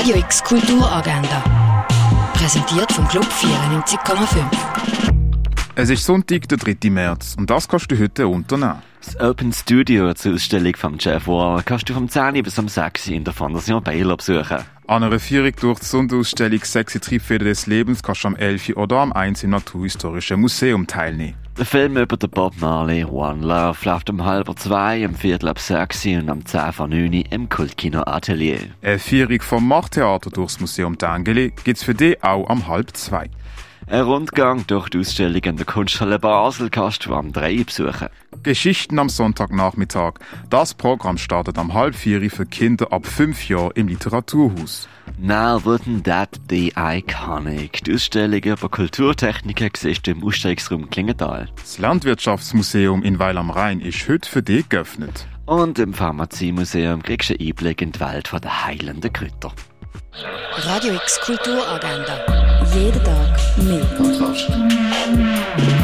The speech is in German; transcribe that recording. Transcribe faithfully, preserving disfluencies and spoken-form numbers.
Radio X Kulturagenda. Präsentiert vom Club vierundneunzig Komma fünf. Es ist Sonntag, der dritte März, und das kannst du heute unternehmen. Das Open Studio zur Ausstellung von Jeff Wall kannst du vom zehn bis um sechs in der Fondation Baylor besuchen. An einer Führung durch die Sonderausstellung «Sexy Triebfeder des Lebens» kannst du am elf oder am eins im Naturhistorischen Museum teilnehmen. Der Film über den Bob Marley, One Love, läuft um halb zwei, am viertel ab sechs und am zehn vor neun im Kultkino Atelier. Eine Führung vom Machttheater durchs Museum Dengeli gibt's für dich auch am halb zwei. Ein Rundgang durch die Ausstellung in der Kunsthalle Basel kannst du am drei besuchen. Geschichten am Sonntagnachmittag. Das Programm startet am halb vier für Kinder ab fünf Jahren im Literaturhaus. Now wouldn't that be iconic? Die Ausstellung über Kulturtechniken siehst du im Ausstellungsraum Klingenthal. Das Landwirtschaftsmuseum in Weil am Rhein ist heute für dich geöffnet. Und im Pharmaziemuseum kriegst du einen Einblick in die Welt der heilenden Kräuter. Radio X Kulturagenda. Jeden Tag mehr.